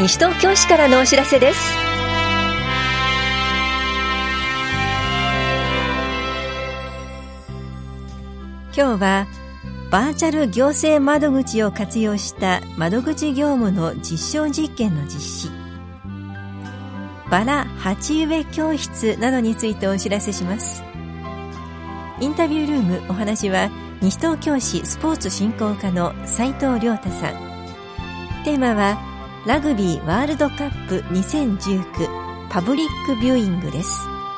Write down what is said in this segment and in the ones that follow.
西東京市からのお知らせです。今日はバーチャル行政窓口を活用した窓口業務の実証実験の実施、バラ鉢植え教室などについてお知らせします。インタビュールーム、お話は西東京市スポーツ振興課の斉藤亮太さん。テーマはラグビーワールドカップ2019パブリックビューイングです。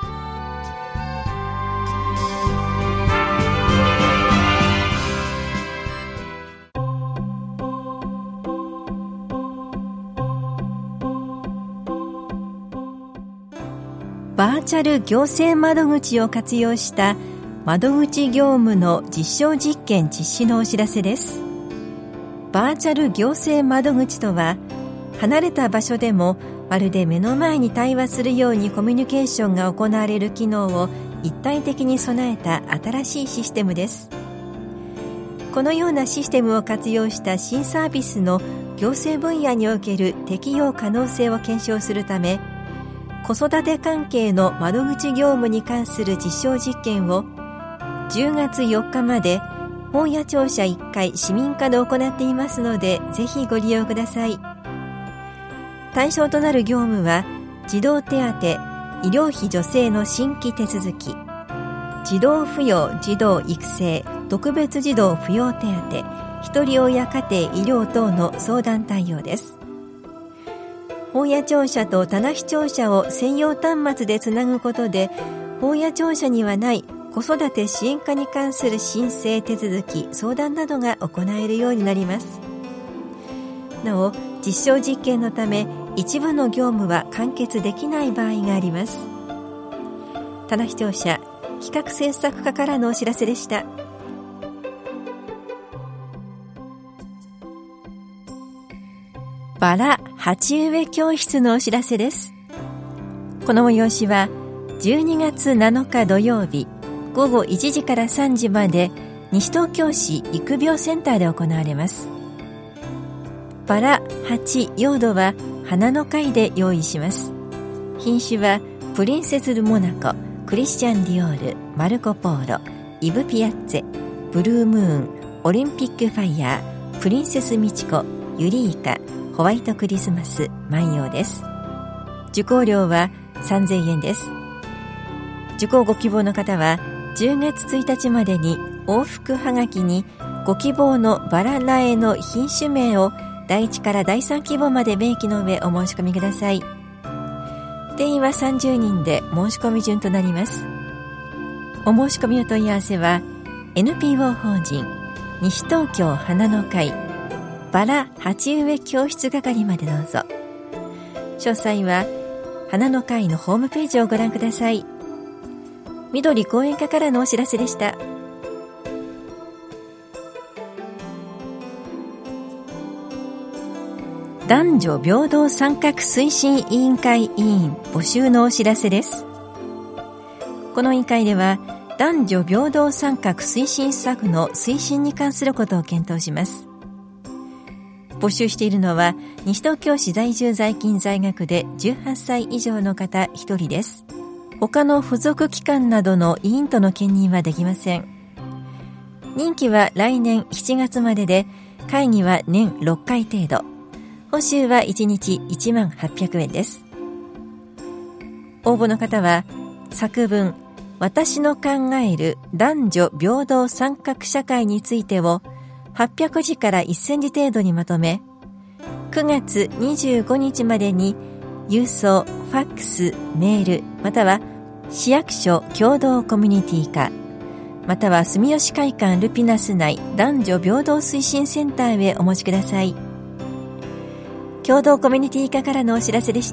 バーチャル行政窓口を活用した窓口業務の実証実験実施のお知らせです。バーチャル行政窓口とは、離れた場所でもまるで目の前に対話するようにコミュニケーションが行われる機能を一体的に備えた新しいシステムです。このようなシステムを活用した新サービスの行政分野における適用可能性を検証するため、子育て関係の窓口業務に関する実証実験を10月4日まで本屋庁舎1階市民課で行っていますので、ぜひご利用ください。対象となる業務は、児童手当、医療費助成の新規手続き、児童扶養児童育成特別児童扶養手当、一人親家庭医療等の相談対応です。本屋庁舎と棚視聴者を専用端末でつなぐことで、本屋庁舎にはない子育て支援課に関する申請手続き、相談などが行えるようになります。なお、実証実験のため一部の業務は完結できない場合があります。棚視聴者企画制作課からのお知らせでした。バラ鉢植え教室のお知らせです。この催しは12月7日土曜日午後1時から3時まで西東京市育苗センターで行われます。バラ、鉢、用土は花の会で用意します。品種はプリンセス・ルモナコ、クリスチャン・ディオール、マルコ・ポーロ、イブ・ピアッツェ、ブルームーン、オリンピック・ファイヤー、プリンセス・ミチコ、ユリイカ、ホワイトクリスマス、万葉です。受講料は3000円です。受講ご希望の方は10月1日までに往復はがきにご希望のバラ苗の品種名を第1から第3希望まで明記の上お申し込みください。定員は30人で申し込み順となります。お申し込みお問い合わせは NPO 法人西東京花の会バラ鉢植え教室係までどうぞ。詳細は花の会のホームページをご覧ください。緑講演課からのお知らせでした。男女平等参画推進委員会委員募集のお知らせです。この委員会では男女平等参画推進施策の推進に関することを検討します。募集しているのは西東京市在住在勤在学で18歳以上の方1人です。他の付属機関などの委員との兼任はできません。任期は来年7月までで、会議は年6回程度。報酬は1日18,800円です。応募の方は作文私の考える男女平等参画社会についてを800字から1000字程度にまとめ、9月25日までに郵送、ファックス、メール、または市役所共同コミュニティ課、または住吉会館ルピナス内男女平等推進センターへお持ちください。共同コミュニティ課からのお知らせでした。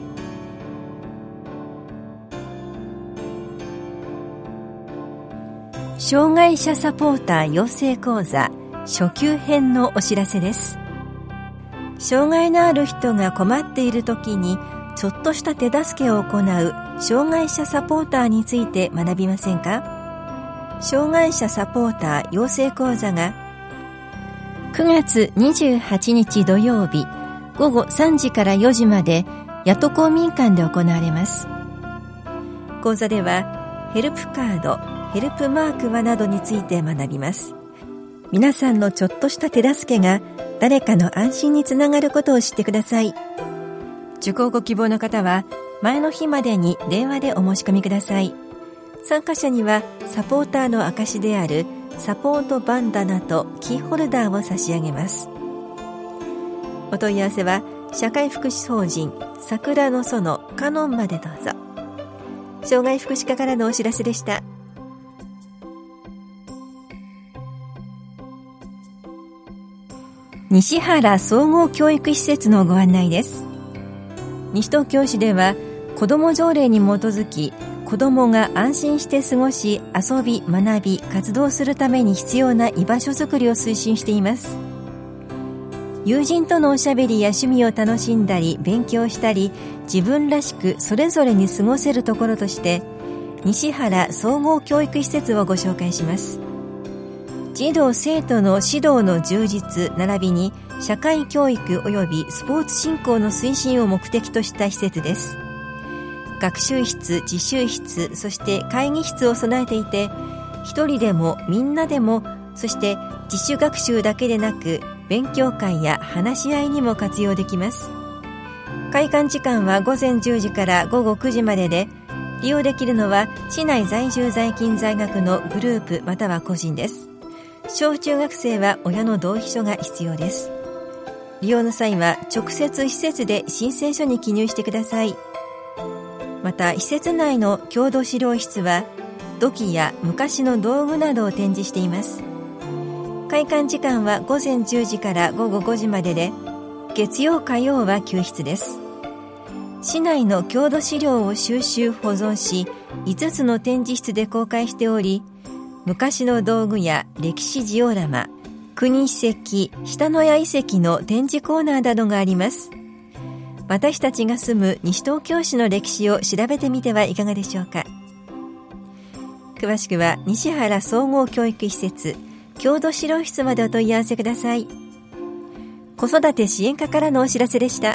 障害者サポーター養成講座初級編のお知らせです。障害のある人が困っているときにちょっとした手助けを行う障害者サポーターについて学びませんか？障害者サポーター養成講座が9月28日土曜日午後3時から4時まで八戸公民館で行われます。講座ではヘルプカード、ヘルプマークはなどについて学びます。皆さんのちょっとした手助けが誰かの安心につながることを知ってください。受講ご希望の方は前の日までに電話でお申し込みください。参加者にはサポーターの証であるサポートバンダナとキーホルダーを差し上げます。お問い合わせは社会福祉法人桜の園カノンまでどうぞ。障害福祉課からのお知らせでした。西原総合教育施設のご案内です。西東京市では子ども条例に基づき、子どもが安心して過ごし、遊び、学び、活動するために必要な居場所づくりを推進しています。友人とのおしゃべりや趣味を楽しんだり、勉強したり、自分らしくそれぞれに過ごせるところとして、西原総合教育施設をご紹介します。児童生徒の指導の充実並びに社会教育及びスポーツ振興の推進を目的とした施設です。学習室、自習室、そして会議室を備えていて、一人でもみんなでも、そして自主学習だけでなく勉強会や話し合いにも活用できます。開館時間は午前10時から午後9時までで、利用できるのは市内在住在勤在学のグループまたは個人です。小中学生は親の同意書が必要です。利用の際は直接施設で申請書に記入してください。また施設内の郷土資料室は土器や昔の道具などを展示しています。開館時間は午前10時から午後5時までで、月曜火曜は休室です。市内の郷土資料を収集保存し、5つの展示室で公開しており、昔の道具や歴史ジオラマ、国遺跡、下野谷遺跡の展示コーナーなどがあります。私たちが住む西東京市の歴史を調べてみてはいかがでしょうか。詳しくは西原総合教育施設郷土資料室までお問い合わせください。子育て支援課からのお知らせでした。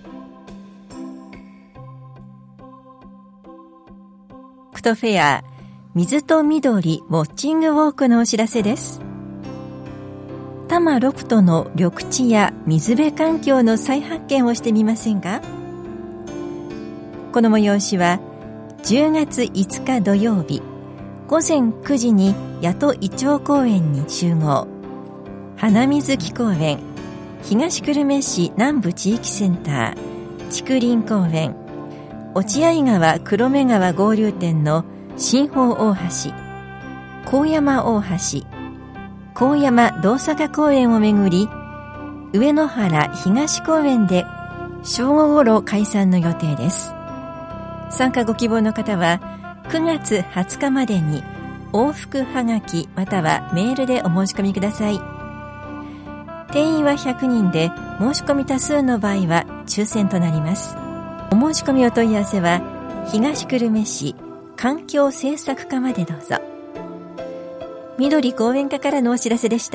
クトフェア水と緑ウォッチングウォークのお知らせです。多摩六都の緑地や水辺環境の再発見をしてみませんか。この催しは10月5日土曜日午前9時に八戸イチョウ公園に集合。花水木公園、東久留米市南部地域センター、竹林公園、落合川黒目川合流点の新宝大橋、高山大橋、高山道坂公園をめぐり、上野原東公園で正午ごろ開山の予定です。参加ご希望の方は9月20日までに往復はがきまたはメールでお申し込みください。定員は100人で、申し込み多数の場合は抽選となります。お申し込みお問い合わせは東久留米市環境政策課までどうぞ。緑公園課からのお知らせでした。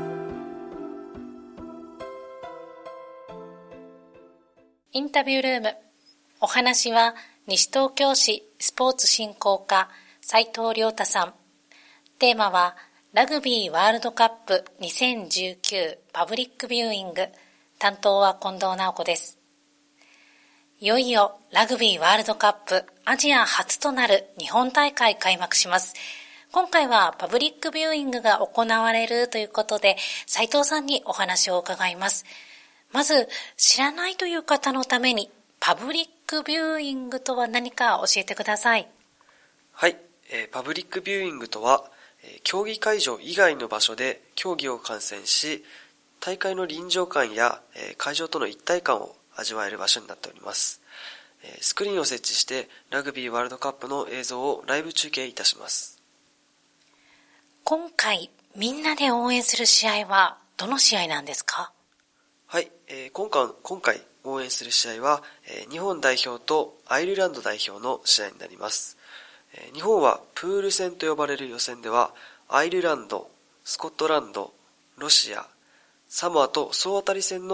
インタビュールーム。お話は西東京市スポーツ振興課斉藤亮太さん。テーマはラグビーワールドカップ2019パブリックビューイング。担当は近藤直子です。いよいよラグビーワールドカップアジア初となる日本大会開幕します。今回はパブリックビューイングが行われるということで、斉藤さんにお話を伺います。まず、知らないという方のために、パブリックビューイングとは何か教えてください。 はい、パブリックビューイングとは、競技会場以外の場所で競技を観戦し、大会の臨場感や会場との一体感を味わえる場所になっております。スクリーンを設置してラグビーワールドカップの映像をライブ中継いたします。 今回みんなで応援する試合はどの試合なんですか？ はい、今回応援する試合は日本代表とアイルランド代表の試合になります。日本はプール戦と呼ばれる予選ではアイルランド、スコットランド、ロシア、サモアと総当たり戦の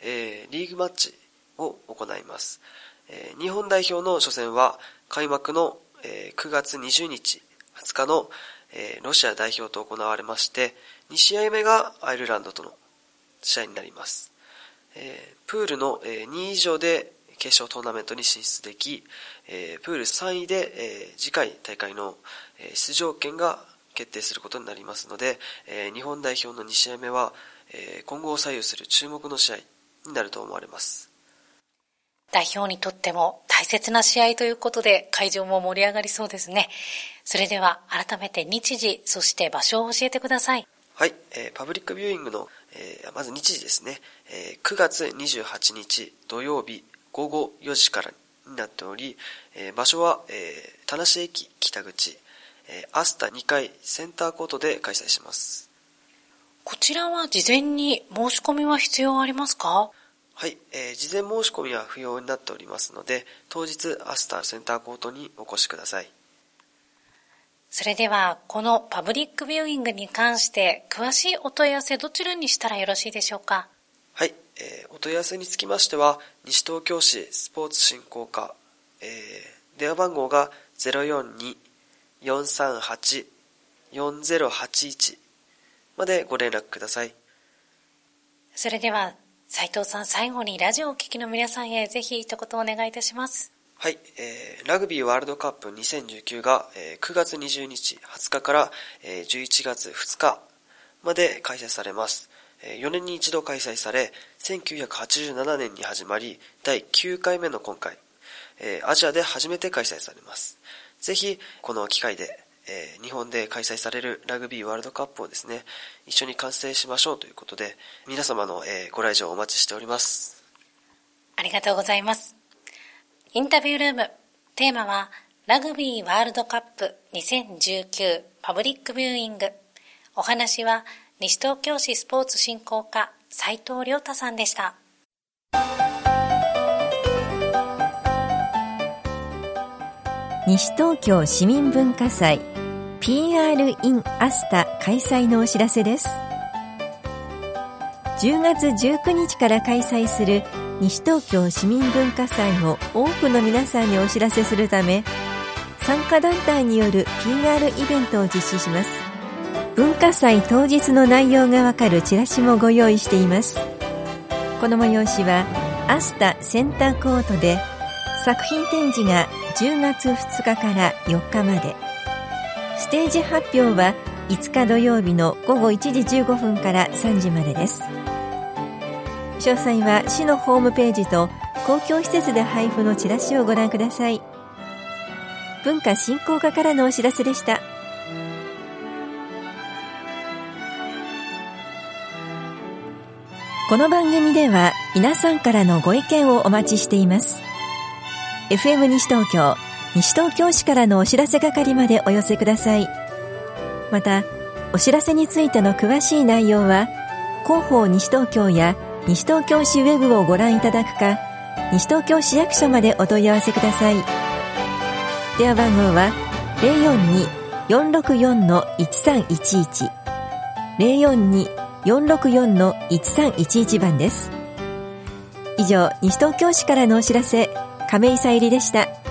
リーグマッチを行います。日本代表の初戦は開幕の9月20日、20日のロシア代表と行われまして、2試合目がアイルランドとの試合になります。プールの2位以上で決勝トーナメントに進出でき、プール3位で次回大会の出場権が決定することになりますので、日本代表の2試合目は今後を左右する注目の試合になると思われます。 代表にとっても大切な試合ということで会場も盛り上がりそうですね。それでは改めて日時、そして場所を教えてください。 はい、パブリックビューイングの、まず日時ですね、9月28日土曜日午後4時からになっており、場所は、田無駅北口、アスタ2階センターコートで開催します。 こちらは事前に申し込みは必要ありますか？ はい、事前申し込みは不要になっておりますので、当日アスタセンターコートにお越しください。 それではこのパブリックビューイングに関して詳しいお問い合わせどちらにしたらよろしいでしょうか？ はい、お問い合わせにつきましては西東京市スポーツ振興課、電話番号が 042-438-4081 までご連絡ください。 それでは斉藤さん、最後にラジオをお聞きの皆さんへぜひ一言お願いいたします。 はい、ラグビーワールドカップ2019が9月20日20日から11月2日まで開催されます。4年に一度開催され、1987年に始まり第9回目の今回、アジアで初めて開催されます。ぜひこの機会で日本で開催されるラグビーワールドカップをですね、一緒に観戦しましょうということで、皆様のご来場をお待ちしております。 ありがとうございます。インタビュールーム、テーマはラグビーワールドカップ2019パブリックビューイング。お話は西東京市スポーツ振興課斉藤亮太さんでした。 西東京市民文化祭 PR in アスタ開催のお知らせです。10月19日から開催する西東京市民文化祭を多くの皆さんにお知らせするため、参加団体による PR イベントを実施します。文化祭当日の内容がわかるチラシもご用意しています。この催しはアスタセンターコートで、作品展示が10月2日から4日まで、ステージ発表は5日土曜日の午後1時15分から3時までです。詳細は市のホームページと公共施設で配布のチラシをご覧ください。文化振興課からのお知らせでした。この番組では皆さんからのご意見をお待ちしています。FM 西東京、西東京市からのお知らせ係までお寄せください。また、お知らせについての詳しい内容は、広報西東京や西東京市ウェブをご覧いただくか、西東京市役所までお問い合わせください。電話番号は 042-464-1311 042-464-1311 番です。以上、西東京市からのお知らせ、亀井さゆりでした。